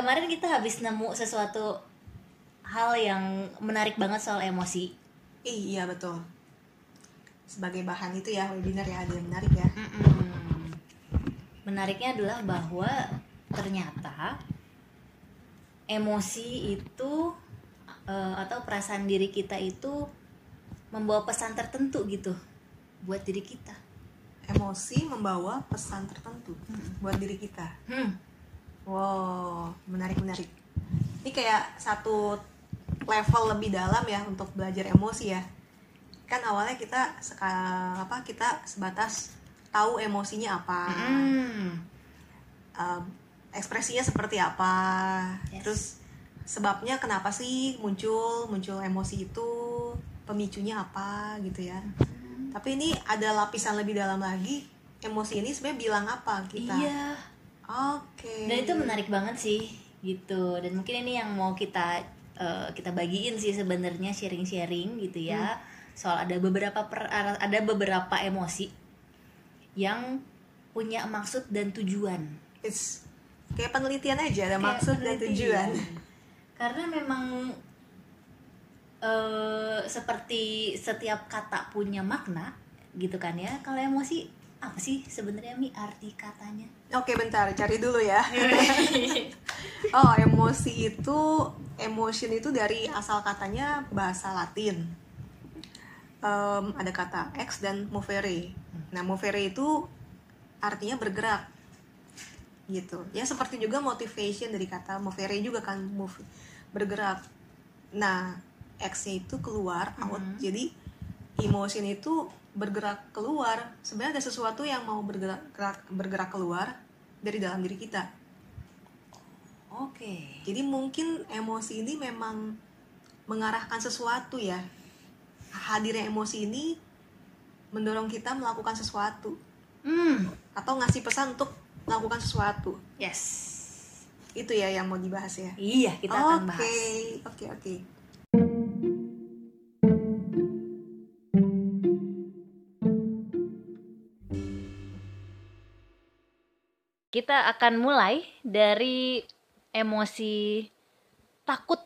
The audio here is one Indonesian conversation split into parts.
kemarin kita habis nemu sesuatu hal yang menarik banget soal emosi. Iya betul. Sebagai bahan itu ya webinar ya, ada yang menarik ya. Menariknya adalah bahwa ternyata emosi itu atau perasaan diri kita itu membawa pesan tertentu gitu buat diri kita. Emosi membawa pesan tertentu buat diri kita. Wow, menarik. Ini kayak satu level lebih dalam ya untuk belajar emosi ya. Kan awalnya kita sebatas tahu emosinya apa, ekspresinya seperti apa, terus sebabnya kenapa sih muncul emosi itu, pemicunya apa gitu ya. Tapi ini ada lapisan lebih dalam lagi, emosi ini sebenarnya bilang apa kita. Iya. Oke. Dan itu menarik banget sih gitu. Dan mungkin ini yang mau kita bagiin sih sebenarnya, sharing gitu ya. Soal ada beberapa emosi yang punya maksud dan tujuan. It's kayak penelitian aja, ada maksud dan tujuan. Karena memang seperti setiap kata punya makna gitu kan ya. Kalau emosi apa sih sebenarnya Mi arti katanya? Oke, bentar, cari dulu ya. Oh, emotion itu dari asal katanya bahasa Latin. Ada kata ex dan movere. Nah, movere itu artinya bergerak gitu. Ya seperti juga motivation dari kata movere juga kan, move, bergerak. Nah, ex-nya itu keluar, out. Jadi emotion itu bergerak keluar. Sebenarnya ada sesuatu yang mau bergerak keluar dari dalam diri kita. Oke. Jadi mungkin emosi ini memang mengarahkan sesuatu ya. Hadirnya emosi ini mendorong kita melakukan sesuatu. Atau ngasih pesan untuk melakukan sesuatu. Yes. Itu ya yang mau dibahas ya. Iya, kita akan bahas. Oke. Kita akan mulai dari emosi takut.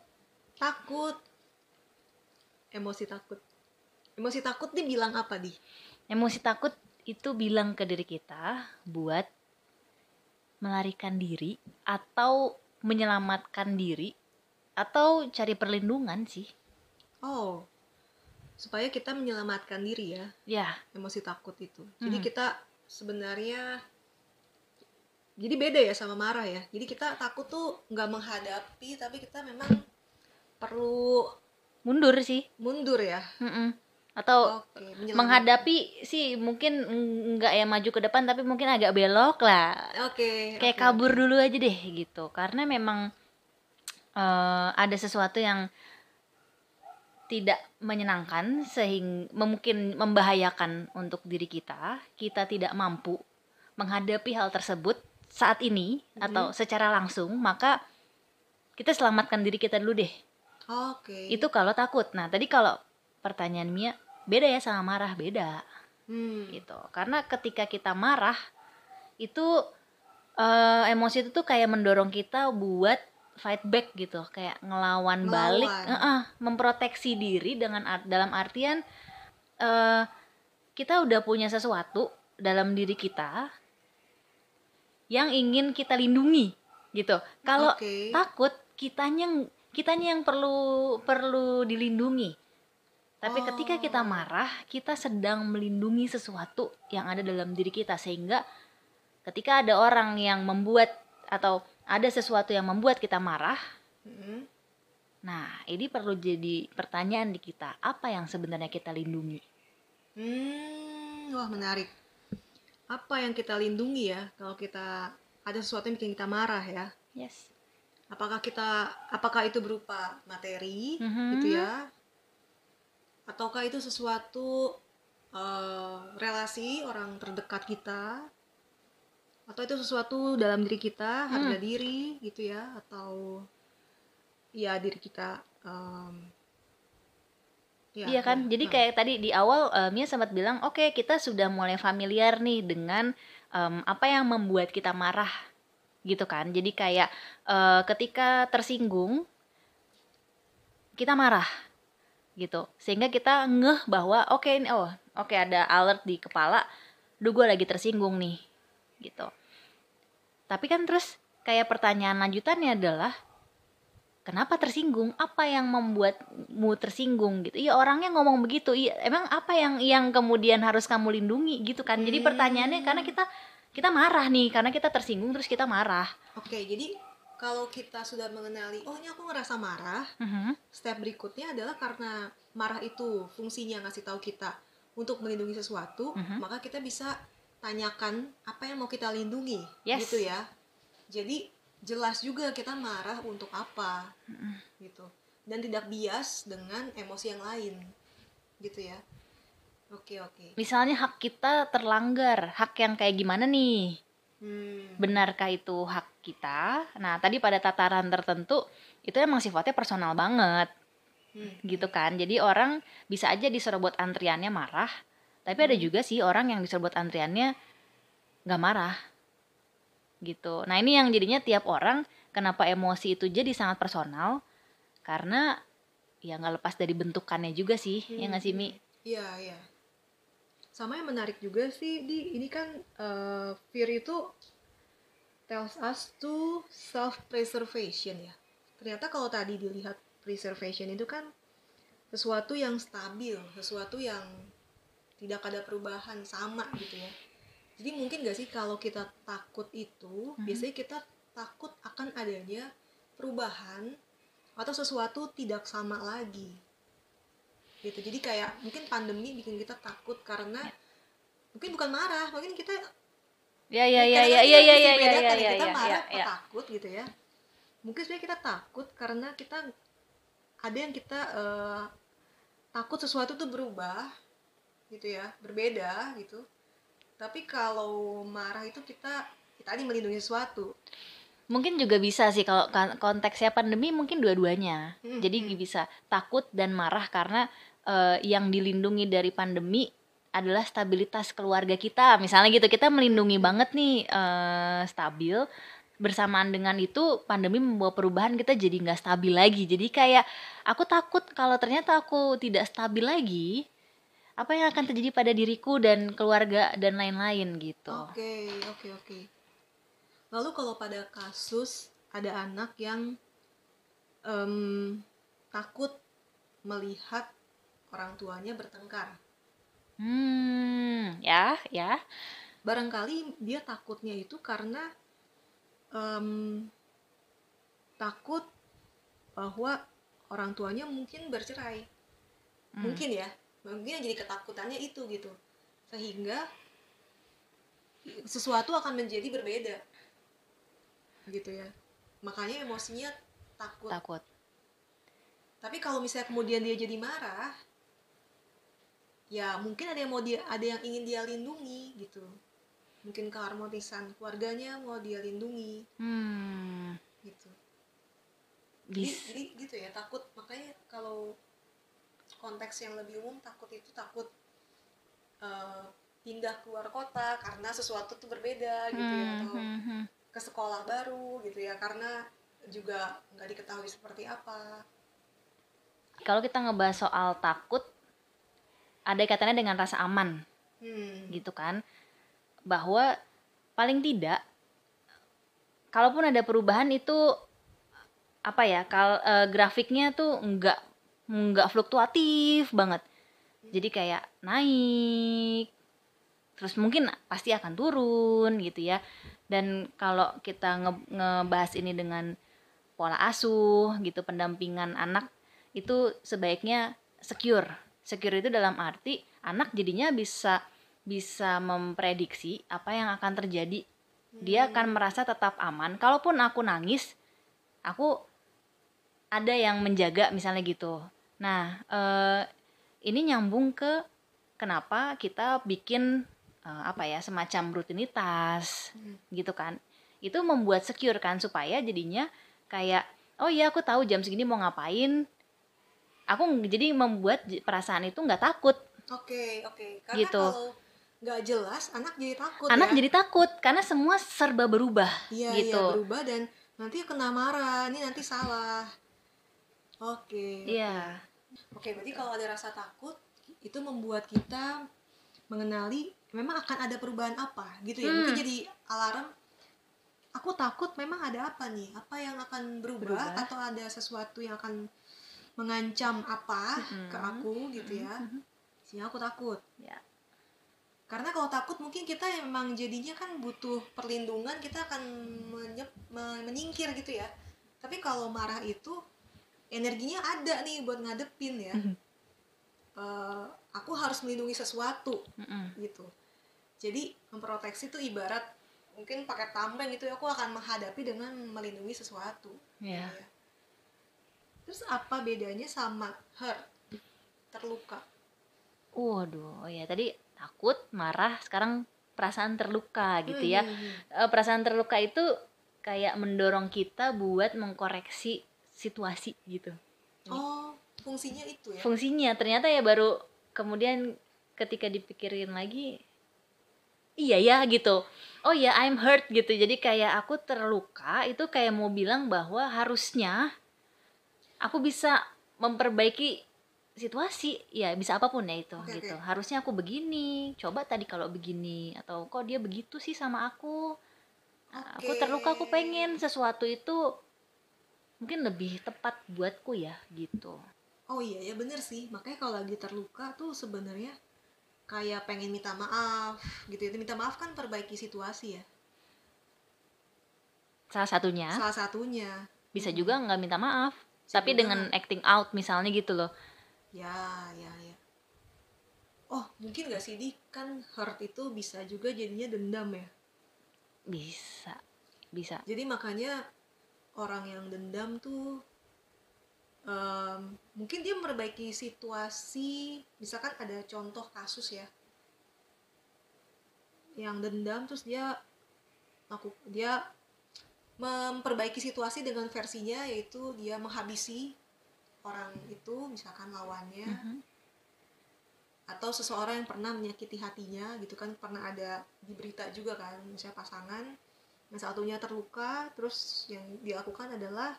Emosi takut dia bilang apa, Di? Emosi takut itu bilang ke diri kita buat melarikan diri atau menyelamatkan diri atau cari perlindungan sih. Oh, supaya kita menyelamatkan diri ya. Ya. Emosi takut itu. Jadi kita sebenarnya jadi beda ya sama marah ya. Jadi kita takut tuh nggak menghadapi, tapi kita memang perlu mundur ya. Atau menghadapi sih mungkin nggak ya maju ke depan, tapi mungkin agak belok lah. Kayak kabur dulu aja deh gitu. Karena memang ada sesuatu yang tidak menyenangkan sehingga mungkin membahayakan untuk diri kita. Kita tidak mampu menghadapi hal tersebut saat ini atau secara langsung, maka kita selamatkan diri kita dulu deh. Itu kalau takut. Nah, tadi kalau pertanyaan Mia, beda ya sama marah, beda. Gitu. Karena ketika kita marah, itu emosi itu tuh kayak mendorong kita buat fight back gitu, kayak ngelawan balik, memproteksi diri dalam artian kita udah punya sesuatu dalam diri kita yang ingin kita lindungi gitu. Kalau takut kitanya yang perlu dilindungi. Tapi ketika kita marah, kita sedang melindungi sesuatu yang ada dalam diri kita, sehingga ketika ada orang yang membuat atau ada sesuatu yang membuat kita marah, nah ini perlu jadi pertanyaan di kita, apa yang sebenarnya kita lindungi? Wah, menarik. Apa yang kita lindungi ya kalau kita ada sesuatu yang bikin kita marah ya? Yes. Apakah itu berupa materi gitu ya? Ataukah itu sesuatu relasi orang terdekat kita? Atau itu sesuatu dalam diri kita, harga diri gitu ya? Atau ya diri kita iya kan, jadi kayak tadi di awal Mia sempat bilang, oke, kita sudah mulai familiar nih dengan apa yang membuat kita marah gitu kan. Jadi kayak ketika tersinggung kita marah gitu, sehingga kita ngeh bahwa oke, ada alert di kepala, gue lagi tersinggung nih gitu. Tapi kan terus kayak pertanyaan lanjutannya adalah kenapa tersinggung? Apa yang membuatmu tersinggung gitu? Iya, orangnya ngomong begitu. Iya, emang apa yang kemudian harus kamu lindungi gitu kan? Jadi pertanyaannya karena kita marah nih, karena kita tersinggung terus kita marah. Oke, jadi kalau kita sudah mengenali, oh ini aku ngerasa marah, step berikutnya adalah karena marah itu fungsinya ngasih tahu kita untuk melindungi sesuatu, maka kita bisa tanyakan apa yang mau kita lindungi, gitu ya. Jadi jelas juga kita marah untuk apa, gitu, dan tidak bias dengan emosi yang lain, gitu ya. Oke. Misalnya hak kita terlanggar, hak yang kayak gimana nih? Benarkah itu hak kita? Nah, tadi pada tataran tertentu itu emang sifatnya personal banget, gitu kan. Jadi orang bisa aja diserobot antriannya marah, tapi ada juga sih orang yang diserobot antriannya nggak marah, gitu. Nah, ini yang jadinya tiap orang kenapa emosi itu jadi sangat personal, karena ya nggak lepas dari bentukannya juga sih, ya nggak sih Mi? Iya. Sama yang menarik juga sih, ini kan fear itu tells us to self-preservation ya. Ternyata kalau tadi dilihat preservation itu kan sesuatu yang stabil, sesuatu yang tidak ada perubahan, sama gitu ya. Jadi mungkin gak sih kalau kita takut itu, biasanya kita takut akan adanya perubahan atau sesuatu tidak sama lagi gitu. Jadi kayak mungkin pandemi bikin kita takut karena mungkin bukan marah, mungkin kita kita marah atau takut gitu ya. Mungkin sebenarnya kita takut karena kita ada yang kita takut sesuatu tuh berubah gitu ya, berbeda gitu. Tapi kalau marah itu kita tadi melindungi sesuatu. Mungkin juga bisa sih kalau konteksnya pandemi, mungkin dua-duanya. Jadi bisa takut dan marah karena yang dilindungi dari pandemi adalah stabilitas keluarga kita, misalnya gitu. Kita melindungi banget nih, stabil. Bersamaan dengan itu pandemi membawa perubahan, kita jadi nggak stabil lagi. Jadi kayak aku takut kalau ternyata aku tidak stabil lagi, apa yang akan terjadi pada diriku dan keluarga dan lain-lain gitu. Oke. Lalu kalau pada kasus ada anak yang takut melihat orang tuanya bertengkar, ya. Barangkali dia takutnya itu karena takut bahwa orang tuanya mungkin bercerai, mungkin jadi ketakutannya itu gitu, sehingga sesuatu akan menjadi berbeda gitu ya, makanya emosinya takut. Tapi kalau misalnya kemudian dia jadi marah, ya mungkin ada yang ingin dia lindungi gitu, mungkin keharmonisan keluarganya mau dia lindungi, gitu. Jadi gitu ya, takut. Makanya kalau konteks yang lebih umum, takut pindah keluar kota karena sesuatu tuh berbeda gitu ya, atau ke sekolah baru gitu ya, karena juga nggak diketahui seperti apa. Kalau kita ngebahas soal takut, ada kaitannya dengan rasa aman, gitu kan, bahwa paling tidak kalaupun ada perubahan itu grafiknya tuh nggak fluktuatif banget. Jadi kayak naik terus mungkin pasti akan turun gitu ya. Dan kalau kita ngebahas ini dengan pola asuh gitu, pendampingan anak itu sebaiknya secure itu dalam arti anak jadinya bisa memprediksi apa yang akan terjadi. Dia akan merasa tetap aman. Kalaupun aku nangis, aku ada yang menjaga misalnya gitu. Nah, ini nyambung ke kenapa kita bikin semacam rutinitas gitu kan. Itu membuat secure kan, supaya jadinya kayak oh iya aku tahu jam segini mau ngapain. Aku jadi membuat perasaan itu nggak takut. Oke. Karena gitu. kalau nggak jelas, anak jadi takut. Anak jadi takut karena semua serba berubah. Iya, gitu. Iya, berubah dan nanti kena marah, ini nanti salah. Oke. Iya. Oke, berarti kalau ada rasa takut itu membuat kita mengenali memang akan ada perubahan apa gitu ya. Mungkin jadi alarm, aku takut memang ada apa nih, apa yang akan berubah. Atau ada sesuatu yang akan mengancam apa ke aku gitu ya, sehingga aku takut ya. Karena kalau takut mungkin kita memang jadinya kan butuh perlindungan, kita akan menyingkir gitu ya. Tapi kalau marah itu energinya ada nih buat ngadepin ya. Aku harus melindungi sesuatu gitu. Jadi memproteksi itu ibarat mungkin pakai tameng gitu, aku akan menghadapi dengan melindungi sesuatu. Ya. Terus apa bedanya sama hurt, terluka? Waduh, ya tadi takut, marah, sekarang perasaan terluka gitu ya. Perasaan terluka itu kayak mendorong kita buat mengkoreksi situasi gitu. Oh, fungsinya itu ya? Fungsinya ternyata ya baru kemudian ketika dipikirin lagi, iya ya gitu. Oh ya, I'm hurt gitu. Jadi kayak aku terluka itu kayak mau bilang bahwa harusnya aku bisa memperbaiki situasi, ya bisa apapun ya itu gitu. Harusnya aku begini, coba tadi kalau begini, atau kok dia begitu sih sama aku. Aku terluka, aku pengen sesuatu itu mungkin lebih tepat buatku ya gitu. Oh iya ya, bener sih. Makanya kalau lagi terluka tuh sebenarnya kayak pengen minta maaf gitu ya. Minta maaf kan perbaiki situasi ya. Salah satunya. Bisa juga nggak minta maaf, tapi dengan acting out misalnya gitu loh. Ya. Oh, mungkin nggak sih, kan hurt itu bisa juga jadinya dendam ya. Bisa. Jadi makanya orang yang dendam tuh mungkin dia memperbaiki situasi. Misalkan ada contoh kasus ya, yang dendam terus dia memperbaiki situasi dengan versinya, yaitu dia menghabisi orang itu, misalkan lawannya, atau seseorang yang pernah menyakiti hatinya gitu kan. Pernah ada di berita juga kan, misalnya pasangan yang satunya terluka, terus yang dilakukan adalah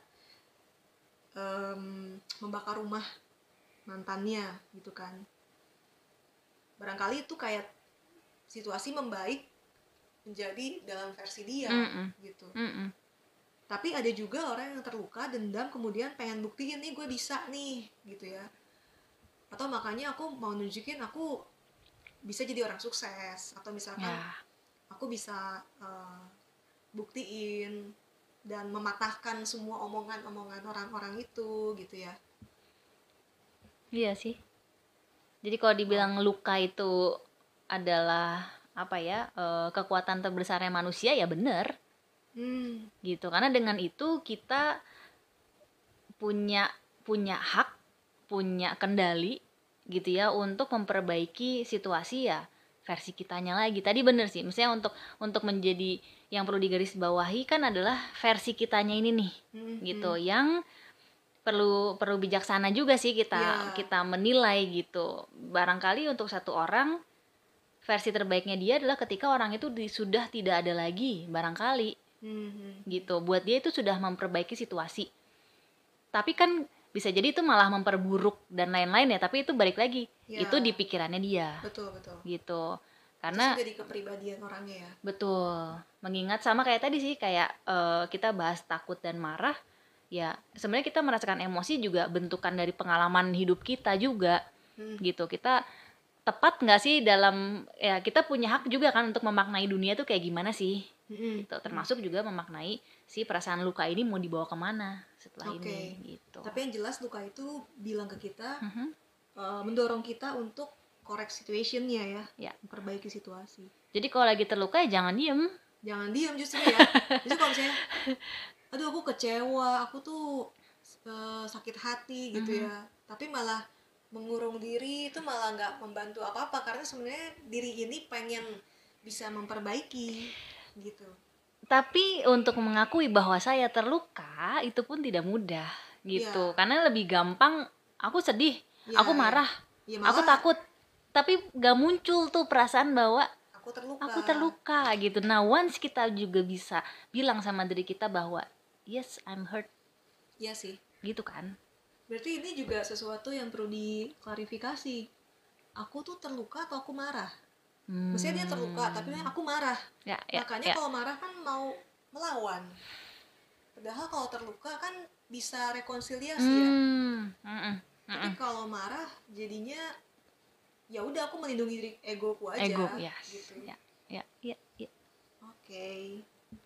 membakar rumah mantannya gitu kan. Barangkali itu kayak situasi membaik menjadi dalam versi dia gitu. Tapi ada juga orang yang terluka, dendam, kemudian pengen buktiin nih gue bisa nih gitu ya. Atau makanya aku mau nunjukin aku bisa jadi orang sukses, atau misalkan aku bisa buktiin dan mematahkan semua omongan-omongan orang-orang itu gitu ya. Iya sih. Jadi kalau dibilang luka itu adalah apa ya, kekuatan terbesarnya manusia, ya benar. Gitu. Karena dengan itu kita punya hak, punya kendali gitu ya untuk memperbaiki situasi ya versi kitanya lagi. Tadi bener sih, misalnya untuk menjadi yang perlu digarisbawahi kan adalah versi kitanya ini nih, gitu, yang perlu bijaksana juga sih kita menilai gitu. Barangkali untuk satu orang versi terbaiknya dia adalah ketika orang itu sudah tidak ada lagi, barangkali gitu. Buat dia itu sudah memperbaiki situasi. Tapi kan bisa jadi itu malah memperburuk dan lain-lain ya, tapi itu balik lagi itu di pikirannya dia. Betul gitu. Karena itu jadi kepribadian orangnya ya. Betul. Mengingat sama kayak tadi sih, kayak kita bahas takut dan marah, ya sebenarnya kita merasakan emosi juga bentukan dari pengalaman hidup kita juga. Gitu. Kita tepat nggak sih dalam, ya kita punya hak juga kan untuk memaknai dunia tuh kayak gimana sih. Gitu. Termasuk juga memaknai si perasaan luka ini mau dibawa kemana setelah ini gitu. Tapi yang jelas luka itu bilang ke kita, mendorong kita untuk correct situation-nya ya, memperbaiki situasi. Jadi kalau lagi terluka ya jangan diem justru ya. Justru kalau misalnya aduh aku kecewa, aku tuh sakit hati gitu ya, tapi malah mengurung diri, itu malah nggak membantu apa-apa, karena sebenarnya diri ini pengen bisa memperbaiki gitu. Tapi untuk mengakui bahwa saya terluka itu pun tidak mudah gitu. Karena lebih gampang aku sedih, aku marah, aku takut, tapi gak muncul tuh perasaan bahwa aku terluka gitu. Nah once kita juga bisa bilang sama diri kita bahwa yes I'm hurt, iya sih, gitu kan. Berarti ini juga sesuatu yang perlu diklarifikasi. Aku tuh terluka atau aku marah? Maksudnya dia terluka, tapi aku marah. Makanya kalau marah kan mau melawan. Padahal kalau terluka kan bisa rekonsiliasi ya. Tapi kalau marah jadinya ya udah aku melindungi diri egoku aja. Gitu. Ya. Oke.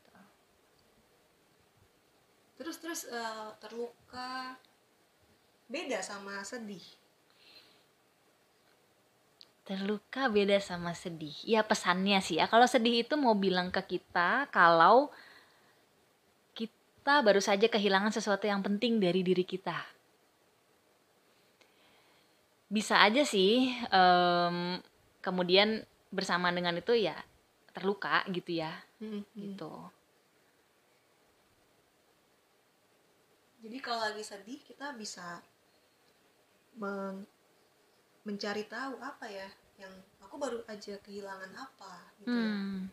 Terus terluka beda sama sedih. Terluka beda sama sedih. Ya pesannya sih ya. Kalau sedih itu mau bilang ke kita kalau kita baru saja kehilangan sesuatu yang penting dari diri kita. Bisa aja sih kemudian bersamaan dengan itu ya terluka gitu ya. Gitu. Jadi kalau lagi sedih kita bisa mencari tahu apa ya yang aku baru aja kehilangan apa gitu ya.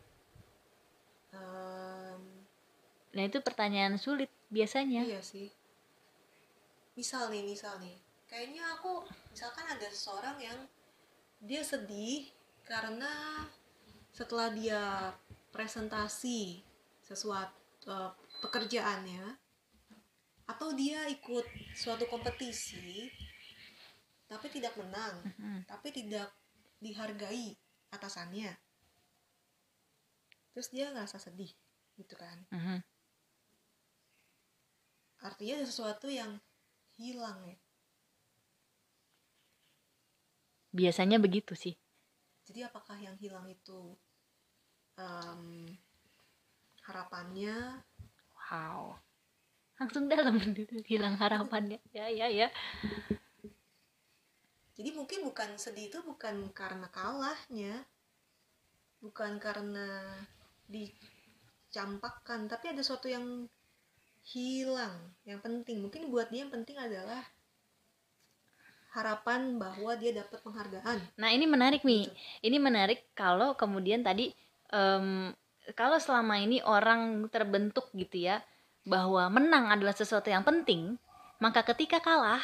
Nah itu pertanyaan sulit biasanya. Iya sih. Misal nih kayaknya aku misalkan ada seseorang yang dia sedih karena setelah dia presentasi sesuatu pekerjaannya atau dia ikut suatu kompetisi tapi tidak menang, tapi tidak dihargai atasannya, terus dia ngerasa sedih gitu kan. Artinya ada sesuatu yang hilang ya. Biasanya begitu sih. Jadi apakah yang hilang itu harapannya? Wow, langsung dalam hilang harapannya. Ya. Jadi mungkin bukan sedih itu bukan karena kalahnya, bukan karena dicampakkan, tapi ada sesuatu yang hilang, yang penting. Mungkin buat dia yang penting adalah harapan bahwa dia dapat penghargaan. Nah ini menarik nih, gitu. Ini menarik kalau kemudian tadi kalau selama ini orang terbentuk gitu ya bahwa menang adalah sesuatu yang penting, maka ketika kalah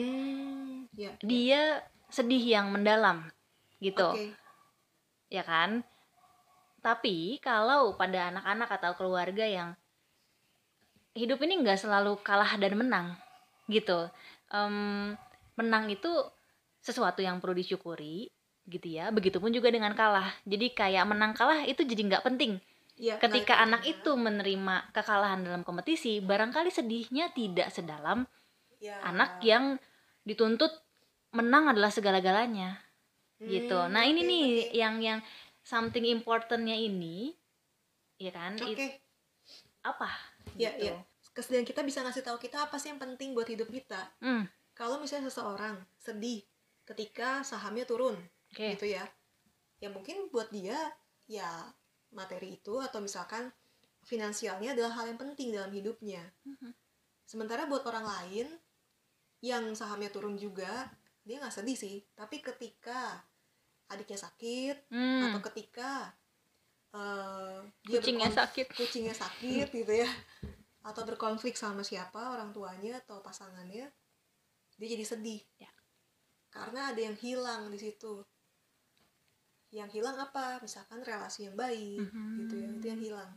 dia sedih yang mendalam gitu. Ya kan? Tapi kalau pada anak-anak atau keluarga yang hidup ini nggak selalu kalah dan menang gitu, menang itu sesuatu yang perlu disyukuri gitu ya. Begitupun juga dengan kalah. Jadi kayak menang kalah itu jadi nggak penting. Ya, ketika anak itu menerima kekalahan dalam kompetisi, barangkali sedihnya tidak sedalam anak yang dituntut menang adalah segala-galanya gitu. Nah ini nih yang something importantnya ini, ya kan? Apa? Gitu. Ya. Kesedihan kita bisa ngasih tahu kita apa sih yang penting buat hidup kita. Kalau misalnya seseorang sedih ketika sahamnya turun, gitu ya mungkin buat dia ya materi itu atau misalkan finansialnya adalah hal yang penting dalam hidupnya. Sementara buat orang lain yang sahamnya turun juga, dia nggak sedih sih, tapi ketika adiknya sakit atau ketika dia kucingnya sakit gitu ya, atau berkonflik sama siapa, orang tuanya atau pasangannya, dia jadi sedih ya. Karena ada yang hilang di situ. Yang hilang apa? Misalkan relasi yang baik gitu ya, itu yang hilang.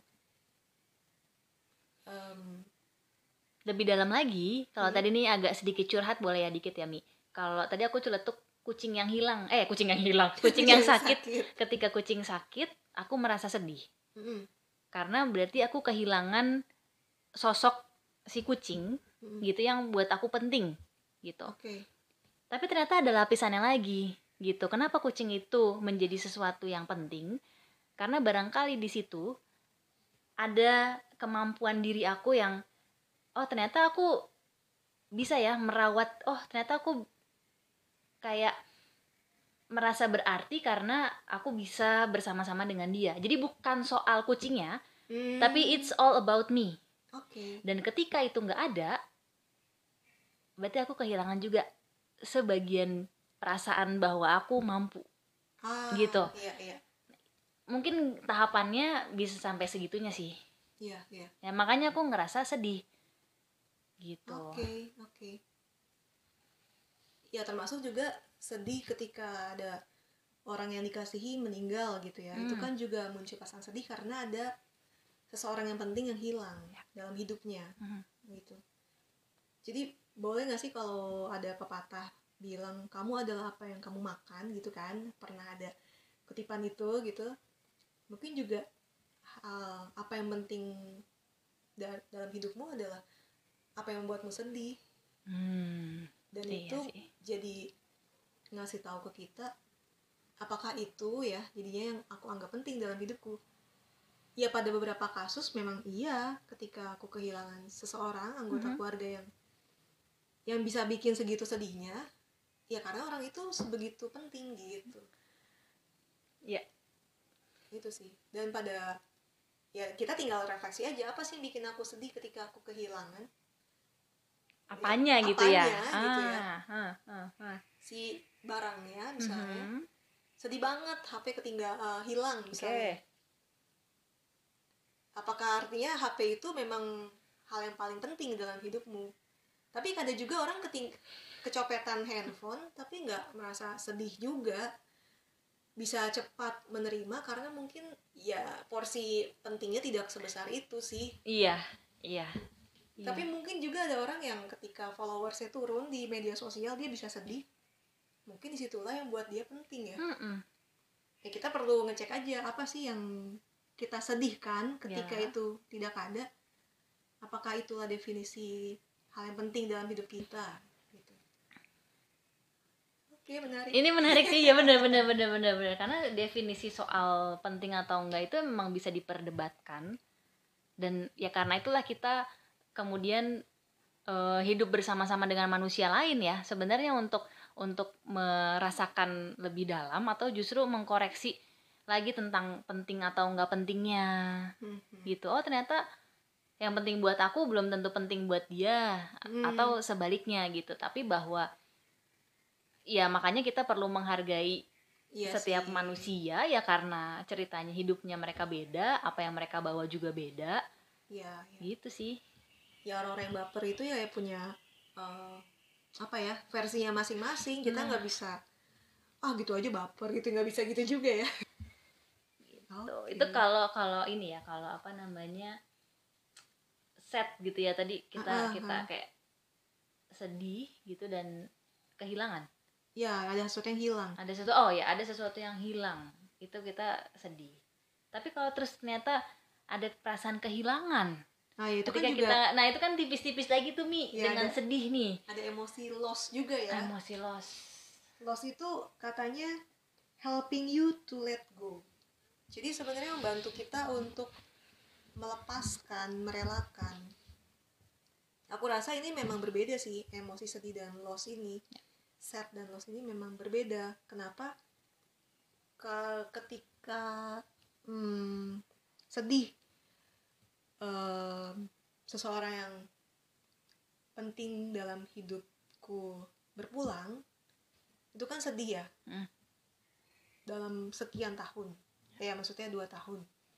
Lebih dalam lagi, kalau tadi nih agak sedikit curhat boleh ya dikit ya Mi. Kalau tadi aku celetuk kucing yang sakit. Ketika kucing sakit, aku merasa sedih. Karena berarti aku kehilangan sosok si kucing gitu yang buat aku penting gitu. Tapi ternyata ada lapisannya lagi gitu. Kenapa kucing itu menjadi sesuatu yang penting? Karena barangkali di situ ada kemampuan diri aku yang ternyata aku bisa ya merawat, ternyata aku kayak merasa berarti karena aku bisa bersama-sama dengan dia. Jadi bukan soal kucingnya, tapi it's all about me. Dan ketika itu nggak ada, berarti aku kehilangan juga sebagian perasaan bahwa aku mampu gitu. Iya. Mungkin tahapannya bisa sampai segitunya sih. Iya. Ya makanya aku ngerasa sedih gitu. Oke. Ya termasuk juga sedih ketika ada orang yang dikasihi meninggal gitu ya. Itu kan juga muncul perasaan sedih karena ada seseorang yang penting yang hilang dalam hidupnya gitu. Jadi boleh nggak sih kalau ada pepatah bilang kamu adalah apa yang kamu makan gitu kan, pernah ada kutipan itu gitu. Mungkin juga apa yang penting dalam hidupmu adalah apa yang membuatmu sedih. Dan iya itu sih. jadi ngasih tahu ke kita apakah itu ya jadinya yang aku anggap penting dalam hidupku. Ya pada beberapa kasus memang iya, ketika aku kehilangan seseorang anggota keluarga yang bisa bikin segitu sedihnya, ya karena orang itu sebegitu penting gitu. Iya. Itu sih. Dan pada ya kita tinggal refleksi aja, apa sih yang bikin aku sedih ketika aku kehilangan apanya ya, gitu ya, gitu ya. Si barangnya misalnya sedih banget, HP hilang misalnya. Apakah artinya HP itu memang hal yang paling penting dalam hidupmu? Tapi ada juga orang kecopetan handphone tapi nggak merasa sedih juga, bisa cepat menerima karena mungkin ya porsi pentingnya tidak sebesar itu sih. Iya. Tapi mungkin juga ada orang yang ketika followersnya turun di media sosial dia bisa sedih. Mungkin disitulah yang buat dia penting ya. Ya kita perlu ngecek aja apa sih yang kita sedihkan ketika itu tidak ada. Apakah itulah definisi hal yang penting dalam hidup kita gitu. Oke, menarik. Ini menarik sih ya, benar karena definisi soal penting atau enggak itu memang bisa diperdebatkan. Dan ya karena itulah kita kemudian hidup bersama-sama dengan manusia lain ya sebenarnya untuk merasakan lebih dalam atau justru mengkoreksi lagi tentang penting atau enggak pentingnya gitu. Oh ternyata yang penting buat aku belum tentu penting buat dia atau sebaliknya gitu. Tapi bahwa ya makanya kita perlu menghargai setiap manusia ya karena ceritanya hidupnya mereka beda, apa yang mereka bawa juga beda. Gitu sih. Ya orang-orang yang baper itu ya punya apa ya versinya masing-masing. Kita nggak bisa gitu aja baper gitu, nggak bisa gitu juga ya. Itu kalau ini ya, kalau apa namanya set gitu ya, tadi kita kayak sedih gitu dan kehilangan. Ya ada sesuatu yang hilang. Ada sesuatu yang hilang itu kita sedih. Tapi kalau terus ternyata ada perasaan kehilangan, itu ketika kan juga itu kan tipis-tipis lagi tuh dengan sedih nih. Ada emosi loss juga ya. Emosi loss itu katanya helping you to let go. Jadi sebenarnya membantu kita untuk melepaskan, merelakan. Aku rasa ini memang berbeda sih, emosi sedih dan loss ini. Sad dan loss ini memang berbeda. Kenapa? Ketika sedih, seseorang yang penting dalam hidupku berpulang, itu kan sedih ya. Dalam sekian tahun. Ya maksudnya 2 tahun.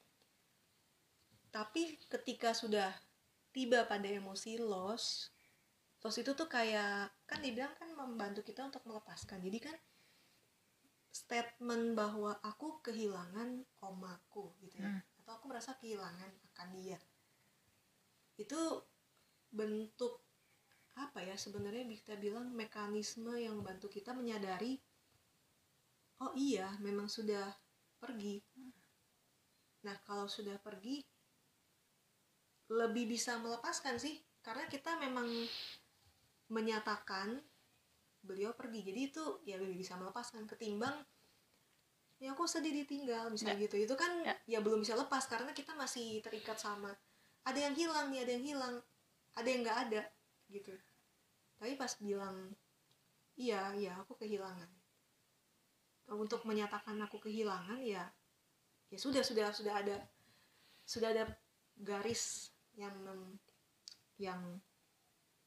Tapi ketika sudah tiba pada emosi loss itu tuh kayak kan dibilang kan membantu kita untuk melepaskan. Jadi kan statement bahwa aku kehilangan omaku gitu ya, atau aku merasa kehilangan akan dia, itu bentuk apa ya sebenarnya kita bilang mekanisme yang membantu kita menyadari oh iya memang sudah pergi. Nah kalau sudah pergi lebih bisa melepaskan sih, karena kita memang menyatakan beliau pergi, jadi itu ya lebih bisa melepaskan ketimbang ya aku sedih ditinggal misalnya gitu. Itu kan ya belum bisa lepas karena kita masih terikat sama ada yang hilang nih, ada yang hilang, ada yang nggak ada gitu. Tapi pas bilang iya aku kehilangan, untuk menyatakan aku kehilangan ya sudah ada garis yang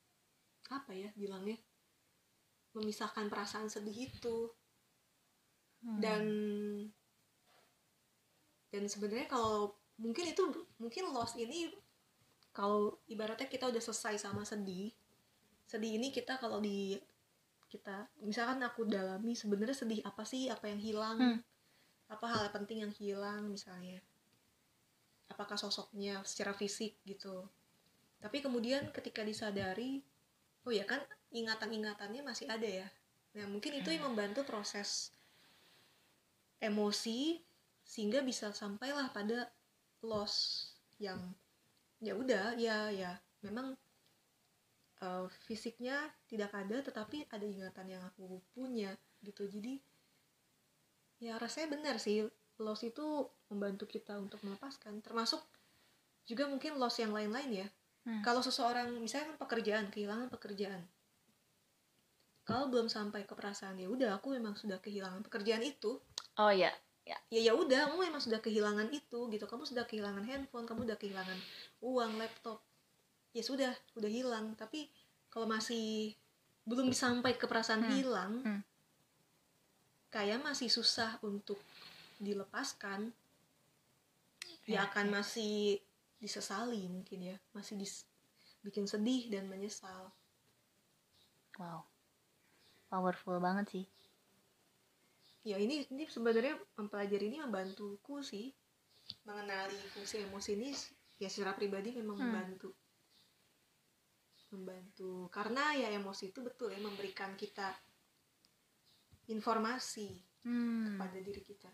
apa ya bilangnya memisahkan perasaan sedih itu. Dan sebenarnya kalau mungkin loss ini, kalau ibaratnya kita udah selesai sama sedih ini, kita kalau kita misalkan aku dalami sebenarnya sedih apa sih, apa yang hilang, apa hal penting yang hilang, misalnya apakah sosoknya secara fisik gitu. Tapi kemudian ketika disadari, oh ya kan ingatan-ingatannya masih ada ya. Nah mungkin itu yang membantu proses emosi sehingga bisa sampailah pada loss yang ya udah ya memang fisiknya tidak ada, tetapi ada ingatan yang aku punya gitu. Jadi ya rasanya benar sih, loss itu membantu kita untuk melepaskan, termasuk juga mungkin loss yang lain-lain ya. Kalau seseorang misalnya kehilangan pekerjaan, kalau belum sampai ke perasaan ya udah aku memang sudah kehilangan pekerjaan itu. Oh ya ya udah, kamu memang sudah kehilangan itu gitu. Kamu sudah kehilangan handphone, kamu sudah kehilangan uang, laptop, ya sudah hilang. Tapi kalau masih belum sampai ke perasaan hilang, kayak masih susah untuk dilepaskan, ya akan masih disesali mungkin ya, masih bikin sedih dan menyesal. Wow, powerful banget sih. Ya ini sebenarnya mempelajari ini membantuku sih, mengenali fungsi emosi ini ya secara pribadi memang membantu karena ya emosi itu betul ya memberikan kita informasi kepada diri kita.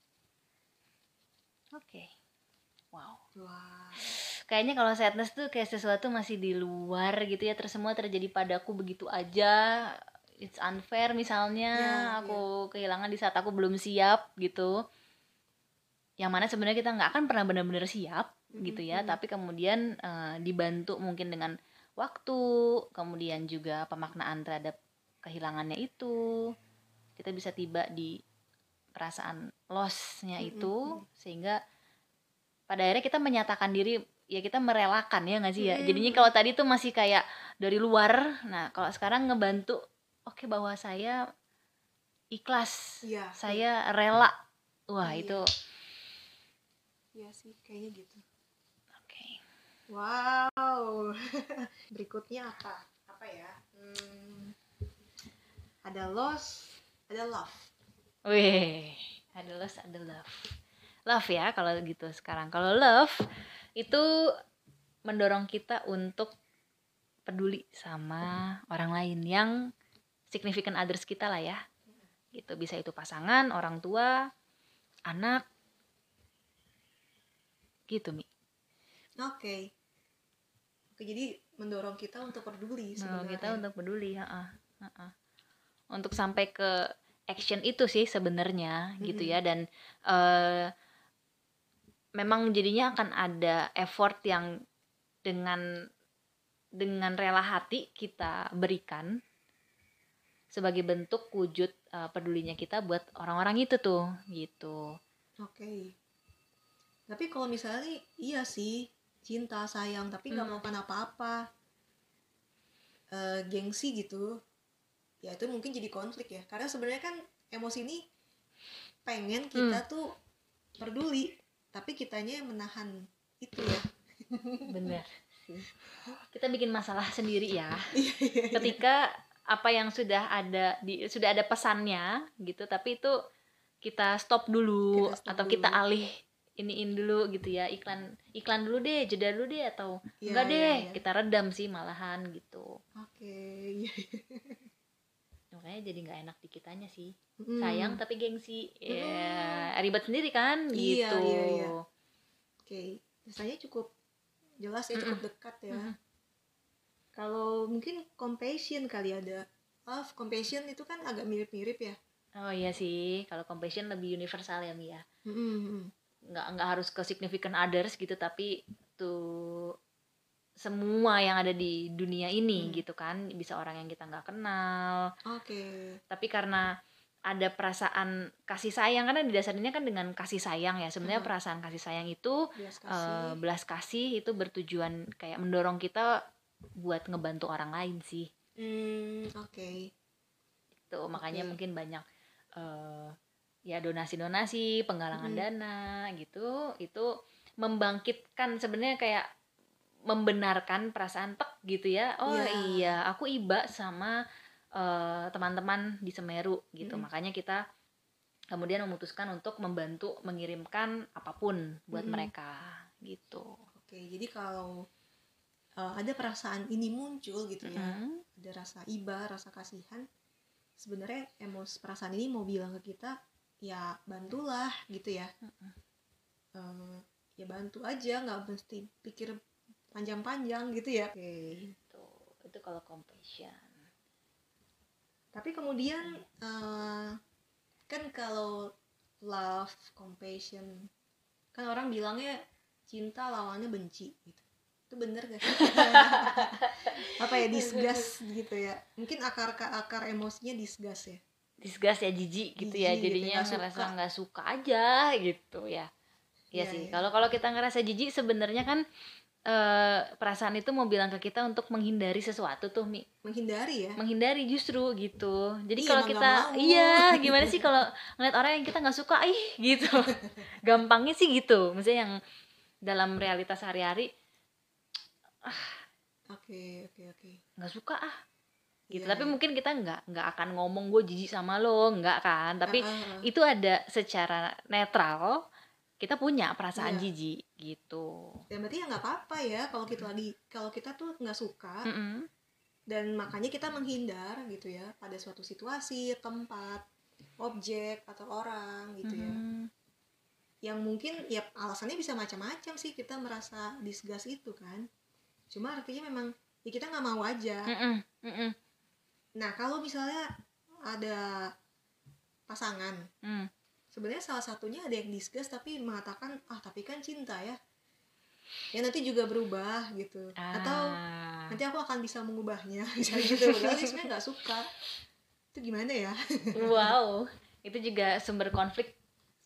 Oke. Wow. Kayaknya kalau sadness tuh kayak sesuatu masih di luar gitu ya, terus semua terjadi padaku begitu aja. It's unfair misalnya, aku kehilangan di saat aku belum siap gitu. Yang mana sebenarnya kita nggak akan pernah benar-benar siap gitu ya, tapi kemudian dibantu mungkin dengan waktu, kemudian juga pemaknaan terhadap kehilangannya itu, kita bisa tiba di perasaan loss-nya itu, sehingga pada akhirnya kita menyatakan diri, ya kita merelakan ya nggak sih ya. Jadinya kalau tadi tuh masih kayak dari luar, nah kalau sekarang ngebantu, oke, bahwa saya ikhlas, saya rela. Wah itu ya sih kayaknya gitu. Oke. Wow. Berikutnya apa ya, ada loss, ada love. Wih, ada loss, ada love ya kalau gitu. Sekarang kalau love itu mendorong kita untuk peduli sama orang lain yang significant others kita lah ya gitu. Bisa itu pasangan, orang tua, anak gitu, Mi. Oke, jadi mendorong kita untuk peduli sebenarnya. Kita untuk peduli, untuk sampai ke action itu sih sebenarnya gitu ya. Dan memang jadinya akan ada effort yang dengan rela hati kita berikan sebagai bentuk wujud pedulinya kita buat orang-orang itu tuh gitu. Oke. Tapi kalau misalnya iya sih cinta sayang tapi nggak melakukan apa-apa, gengsi gitu, ya itu mungkin jadi konflik ya. Karena sebenarnya kan emosi ini pengen kita tuh peduli, tapi kitanya menahan itu ya. Bener sih. Kita bikin masalah sendiri ya. Ketika apa yang sudah ada pesannya gitu, tapi itu kita stop dulu, kita alih iniin dulu gitu ya, iklan dulu deh, jeda dulu deh, atau enggak deh, kita redam sih malahan gitu. Oke. Makanya jadi nggak enak di kitanya sih, sayang tapi gengsi, ya ribet sendiri kan gitu. Iya. Oke, rasanya cukup jelas ya, cukup dekat ya. Kalau mungkin compassion kali ada. Love, compassion itu kan agak mirip-mirip ya. Oh iya sih, kalau compassion lebih universal ya, Mi ya. Nggak harus ke significant others gitu, tapi tuh semua yang ada di dunia ini gitu kan. Bisa orang yang kita nggak kenal. Oke. Tapi karena ada perasaan kasih sayang, karena didasarnya kan dengan kasih sayang ya. Sebenarnya perasaan kasih sayang itu belas kasih itu bertujuan kayak mendorong kita buat ngebantu orang lain sih. Oke. Itu makanya mungkin banyak ya donasi-donasi, penggalangan dana gitu, itu membangkitkan sebenarnya kayak membenarkan perasaan gitu ya. Oh iya, aku iba sama teman-teman di Semeru gitu. Makanya kita kemudian memutuskan untuk membantu mengirimkan apapun buat mereka gitu. Oke, jadi kalau ada perasaan ini muncul gitu ya, ada rasa iba, rasa kasihan, sebenarnya perasaan ini mau bilang ke kita, ya bantulah gitu ya. Ya bantu aja, nggak mesti pikir panjang-panjang gitu ya. Oke. Itu kalau compassion. Tapi kemudian kan kalau love, compassion, kan orang bilangnya cinta lawannya benci gitu. Itu bener gak sih? Apa ya, disgust gitu ya. Mungkin akar emosinya disgust ya. Disgust ya, jijik gitu ya. Jadinya gitu, ngerasa nggak suka aja gitu ya. Iya sih. Kalau kita ngerasa jijik sebenarnya kan perasaan itu mau bilang ke kita untuk menghindari sesuatu tuh, Mi. Menghindari justru gitu. Jadi kalau kita gimana sih kalau ngeliat orang yang kita nggak suka, gitu. Gampangnya sih gitu. Maksudnya yang dalam realitas sehari-hari, oke. Nggak suka gitu. Tapi mungkin kita nggak akan ngomong gue jijik sama lo, nggak kan. Tapi itu ada secara netral. Kita punya perasaan jijik gitu. Dan berarti ya nggak apa-apa ya kalau kita tuh nggak suka dan makanya kita menghindar gitu ya pada suatu situasi, tempat, objek atau orang gitu ya. Yang mungkin ya alasannya bisa macam-macam sih kita merasa disgust itu kan. Cuma artinya memang ya kita nggak mau aja. Nah kalau misalnya ada pasangan. Sebenarnya salah satunya ada yang disgust tapi mengatakan tapi kan cinta ya nanti juga berubah gitu, atau nanti aku akan bisa mengubahnya misalnya gitu. Padahal dia sebenarnya nggak suka. Itu gimana ya? Wow, itu juga sumber konflik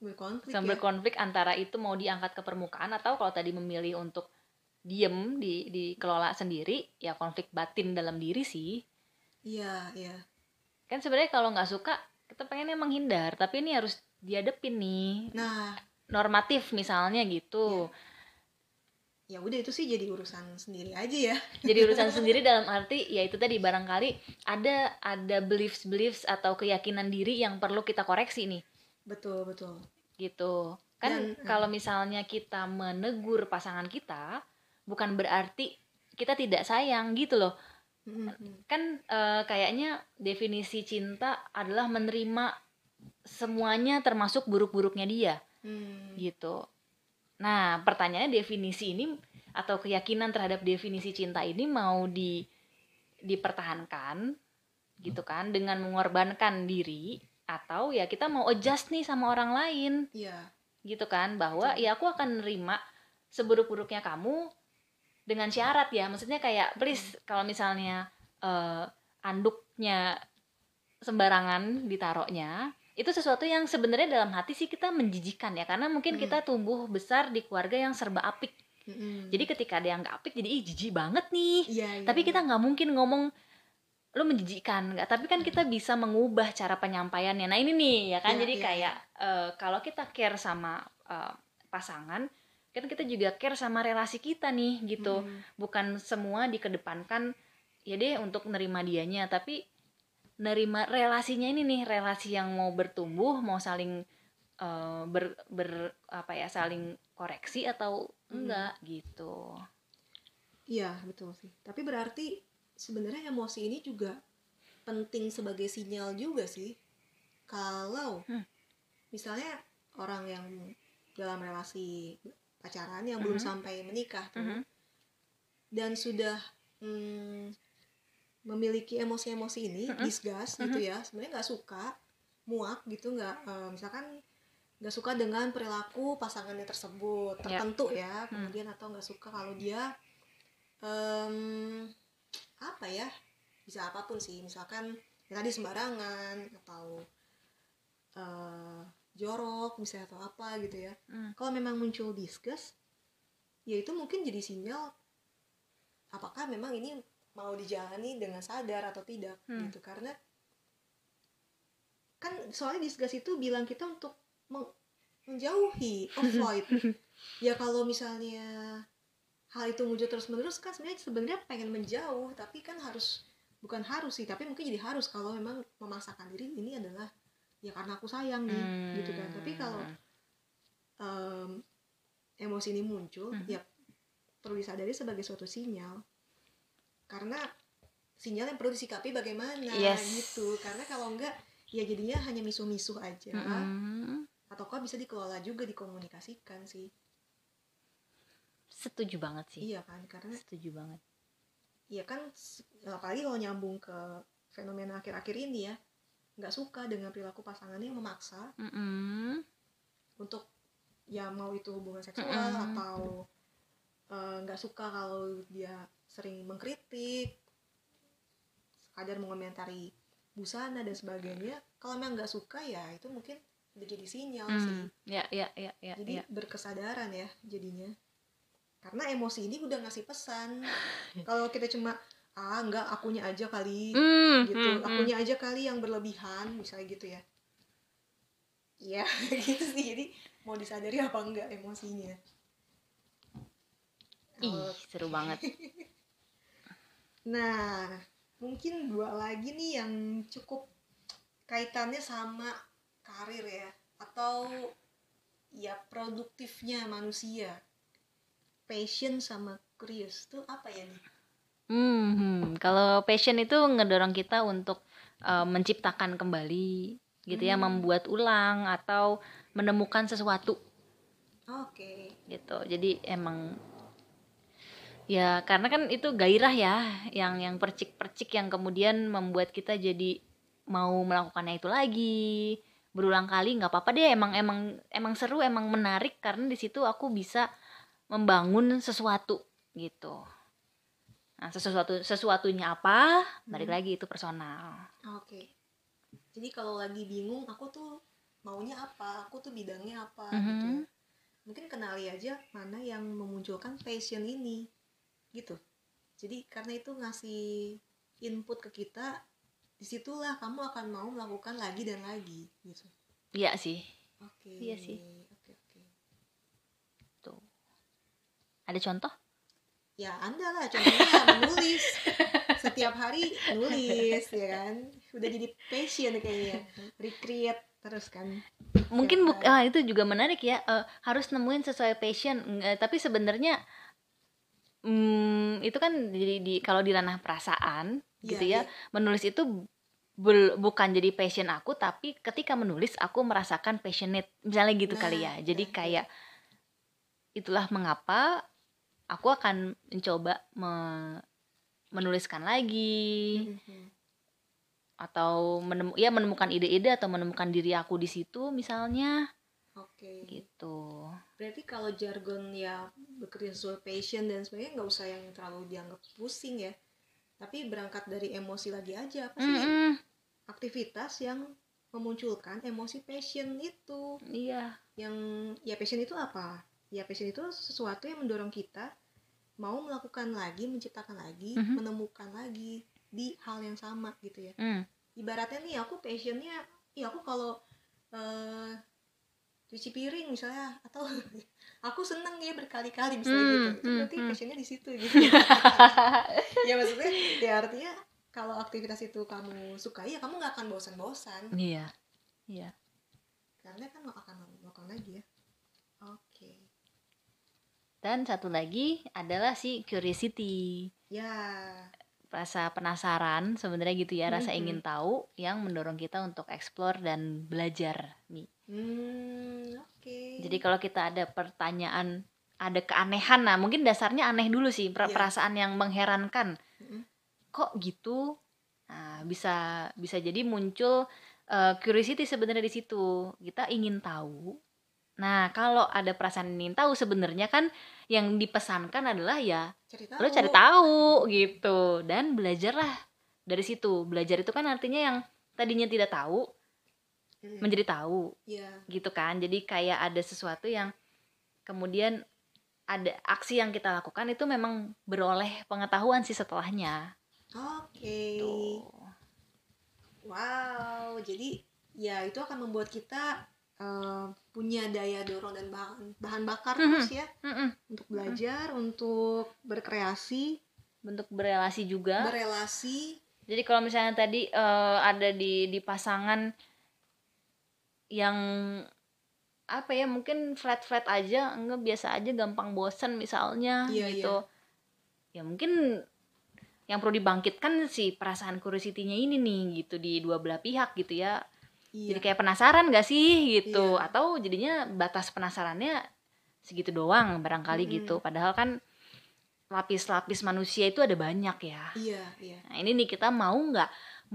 antara itu mau diangkat ke permukaan atau kalau tadi memilih untuk diem dikelola sendiri, ya konflik batin dalam diri sih. Iya. Kan sebenarnya kalau nggak suka kita pengennya menghindar, tapi ini harus dihadepin nih. Nah, normatif misalnya gitu. Ya udah itu sih jadi urusan sendiri aja ya. Jadi urusan sendiri dalam arti ya itu tadi, barangkali ada beliefs atau keyakinan diri yang perlu kita koreksi nih. Betul. Gitu. Kan kalau misalnya kita menegur pasangan kita, bukan berarti kita tidak sayang gitu loh. Kan kayaknya definisi cinta adalah menerima semuanya termasuk buruk-buruknya dia. Gitu. Nah, pertanyaannya definisi ini atau keyakinan terhadap definisi cinta ini mau dipertahankan gitu kan dengan mengorbankan diri, atau ya kita mau adjust nih sama orang lain. Gitu kan, bahwa ya aku akan nerima seburuk-buruknya kamu dengan syarat ya. Maksudnya kayak please kalau misalnya anduknya sembarangan ditaruhnya, itu sesuatu yang sebenarnya dalam hati sih kita menjijikan ya, karena mungkin kita tumbuh besar di keluarga yang serba apik. Jadi ketika ada yang nggak apik jadi jijik banget nih. Tapi kita nggak mungkin ngomong lu menjijikkan, nggak. Tapi kan kita bisa mengubah cara penyampaiannya. Nah ini nih ya kan, jadi kayak kalau kita care sama pasangan, kan kita juga care sama relasi kita nih gitu. Bukan semua dikedepankan ya deh untuk nerima dianya, tapi nerima relasinya ini nih, relasi yang mau bertumbuh, mau saling saling koreksi atau enggak gitu. Iya betul sih. Tapi berarti sebenarnya emosi ini juga penting sebagai sinyal juga sih. Kalau misalnya orang yang dalam relasi pacaran yang belum sampai menikah tuh, dan sudah memiliki emosi-emosi ini, disgust gitu ya, sebenarnya nggak suka, muak gitu, misalkan nggak suka dengan perilaku pasangannya tersebut tertentu ya, kemudian atau nggak suka kalau dia bisa apapun sih, misalkan ya tadi sembarangan atau jorok misalnya atau apa gitu ya. Kalau memang muncul disgust, ya itu mungkin jadi sinyal apakah memang ini mau dijalani dengan sadar atau tidak gitu. Karena kan soalnya disgust itu bilang kita untuk menjauhi, avoid. Ya kalau misalnya hal itu muncul terus-menerus kan sebenarnya pengen menjauh, tapi kan bukan harus sih, tapi mungkin jadi harus kalau memang memaksakan diri ini adalah ya karena aku sayang nih, gitu kan. Tapi kalau emosi ini muncul, ya perlu disadari sebagai suatu sinyal, karena sinyal yang perlu disikapi bagaimana, gitu. Karena kalau enggak, ya jadinya hanya misuh-misuh aja, ataukah bisa dikelola juga, dikomunikasikan sih. Setuju banget sih. Iya kan, karena setuju banget. Iya kan, apalagi kalau nyambung ke fenomena akhir-akhir ini ya, nggak suka dengan perilaku pasangannya yang memaksa untuk ya mau itu hubungan seksual atau nggak suka kalau dia sering mengkritik, sekadar mengomentari busana dan sebagainya. Kalau memang nggak suka ya itu mungkin udah jadi sinyal sih. Jadi berkesadaran ya jadinya. Karena emosi ini udah ngasih pesan. Kalau kita cuma enggak, akunya aja kali gitu, akunya aja kali yang berlebihan, misalnya gitu ya. Iya, gitu sih. Jadi mau disadari apa enggak emosinya. Seru banget. Nah, mungkin 2 lagi nih yang cukup kaitannya sama karir ya, atau ya produktifnya manusia. Passion sama curious tuh apa ya nih? Kalau passion itu ngedorong kita untuk menciptakan kembali gitu ya, membuat ulang atau menemukan sesuatu. Gitu. Jadi emang ya karena kan itu gairah ya, yang percik-percik yang kemudian membuat kita jadi mau melakukannya itu lagi berulang kali. Nggak apa-apa deh, emang seru, emang menarik, karena di situ aku bisa membangun sesuatu gitu. Nah, sesuatunya apa? Balik lagi itu personal. Jadi kalau lagi bingung, aku tuh maunya apa? Aku tuh bidangnya apa? Gitu ya. Mungkin kenali aja mana yang memunculkan passion ini, gitu. Jadi karena itu ngasih input ke kita, disitulah kamu akan mau melakukan lagi dan lagi, gitu. Iya sih. Iya sih. Tuh. Ada contoh? Ya Anda lah contohnya menulis. Setiap hari nulis ya kan. Udah jadi passion kayaknya. Recreate terus kan. Mungkin itu juga menarik ya. Harus nemuin sesuai passion. Tapi sebenarnya itu kan kalau di ranah perasaan gitu ya. Menulis itu bukan jadi passion aku, tapi ketika menulis aku merasakan passionate. Misalnya gitu kali ya. Jadi kayak itulah mengapa aku akan mencoba menuliskan lagi, atau menemukan ide-ide atau menemukan diri aku di situ misalnya. Gitu. Berarti kalau jargon ya bekerja sesuai passion dan sebagainya nggak usah yang terlalu dianggap pusing ya. Tapi berangkat dari emosi lagi aja, apa sih aktivitas yang memunculkan emosi passion itu. Iya. Yang ya passion itu apa? Ya passion itu sesuatu yang mendorong kita mau melakukan lagi, menciptakan lagi, menemukan lagi di hal yang sama gitu ya. Ibaratnya nih aku passionnya, ya aku kalau cuci piring misalnya, atau aku seneng ya berkali-kali misalnya gitu, itu berarti passionnya di situ gitu. Ya maksudnya ya artinya kalau aktivitas itu kamu sukai ya kamu nggak akan bosan-bosan. Iya. Karena kan akan melakukan lagi ya. Dan satu lagi adalah si curiosity. Rasa penasaran sebenarnya gitu ya, rasa ingin tahu yang mendorong kita untuk explore dan belajar nih. Jadi kalau kita ada pertanyaan, ada keanehan, nah mungkin dasarnya aneh dulu sih, perasaan yang mengherankan. Kok gitu? Nah, bisa jadi muncul curiosity sebenarnya di situ. Kita ingin tahu. Nah, kalau ada perasaan ingin tahu, sebenarnya kan yang dipesankan adalah ya lo cari tahu gitu, dan belajarlah dari situ. Belajar itu kan artinya yang tadinya tidak tahu menjadi tahu, gitu kan. Jadi kayak ada sesuatu yang kemudian ada aksi yang kita lakukan itu memang beroleh pengetahuan sih setelahnya. Wow, jadi ya itu akan membuat kita punya daya dorong dan bahan bakar terus ya, untuk belajar, untuk berkreasi, bentuk berelasi juga. Jadi kalau misalnya tadi ada di pasangan yang apa ya, mungkin flat aja, enggak biasa aja, gampang bosan misalnya gitu. Ya mungkin yang perlu dibangkitkan si perasaan curiosity-nya ini nih gitu di dua belah pihak gitu ya. Jadi kayak penasaran gak sih gitu, atau jadinya batas penasarannya segitu doang barangkali gitu. Padahal kan lapis-lapis manusia itu ada banyak ya. Nah ini nih kita mau nggak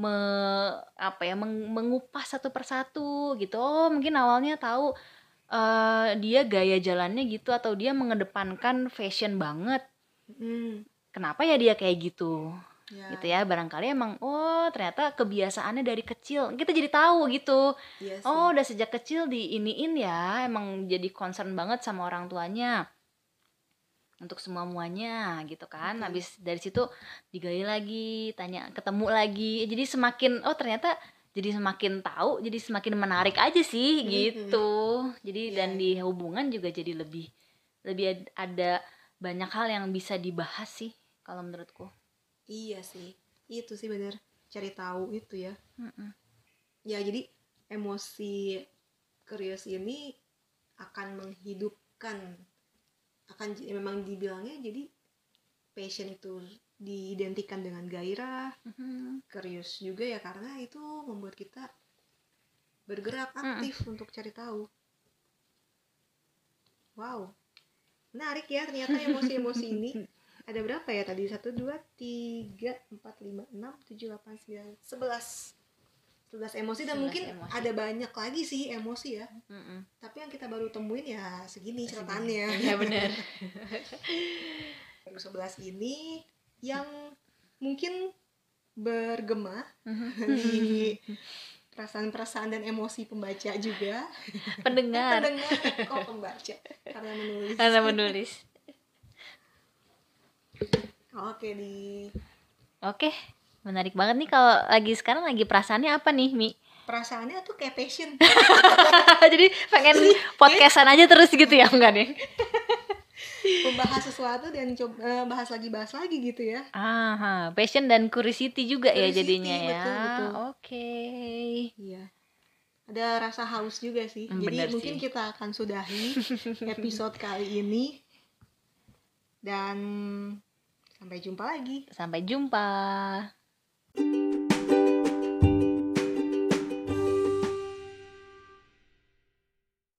mengupas satu persatu gitu. Oh mungkin awalnya tahu dia gaya jalannya gitu, atau dia mengedepankan fashion banget. Kenapa ya dia kayak gitu? Gitu ya, barangkali emang ternyata kebiasaannya dari kecil kita jadi tahu gitu. Udah sejak kecil diiniin ya, emang jadi concern banget sama orang tuanya untuk semuanya gitu kan. Habis dari situ digali lagi, tanya, ketemu lagi, jadi semakin ternyata jadi semakin tahu, jadi semakin menarik aja sih gitu. Jadi dan di hubungan juga jadi lebih ada banyak hal yang bisa dibahas sih kalau menurutku. Iya sih, itu sih benar, cari tahu itu ya. Ya jadi emosi curious ini akan menghidupkan, memang dibilangnya jadi passion itu diidentikan dengan gairah, curious juga ya, karena itu membuat kita bergerak aktif untuk cari tahu. Wow, menarik ya ternyata emosi-emosi ini. Ada berapa ya tadi? 1, 2, 3, 4, 5, 6, 7, 8, 9, 11 emosi. Dan mungkin emosi. Ada banyak lagi sih emosi ya. Tapi yang kita baru temuin ya segini catatannya. Iya benar. 11 ini yang mungkin bergema di perasaan-perasaan dan emosi pembaca juga. Pendengar. Kok pembaca? Karena menulis. Oke, menarik banget nih. Kalau sekarang lagi perasaannya apa nih, Mi? Perasaannya tuh kayak passion. Jadi pengen podcastan aja terus gitu ya, enggak nih? Membahas sesuatu dan coba bahas lagi gitu ya. Passion dan curiosity juga ya jadinya ya. Betul. Oke. Iya. Ada rasa haus juga sih. Jadi mungkin kita akan sudahi episode kali ini. Dan sampai jumpa lagi. Sampai jumpa.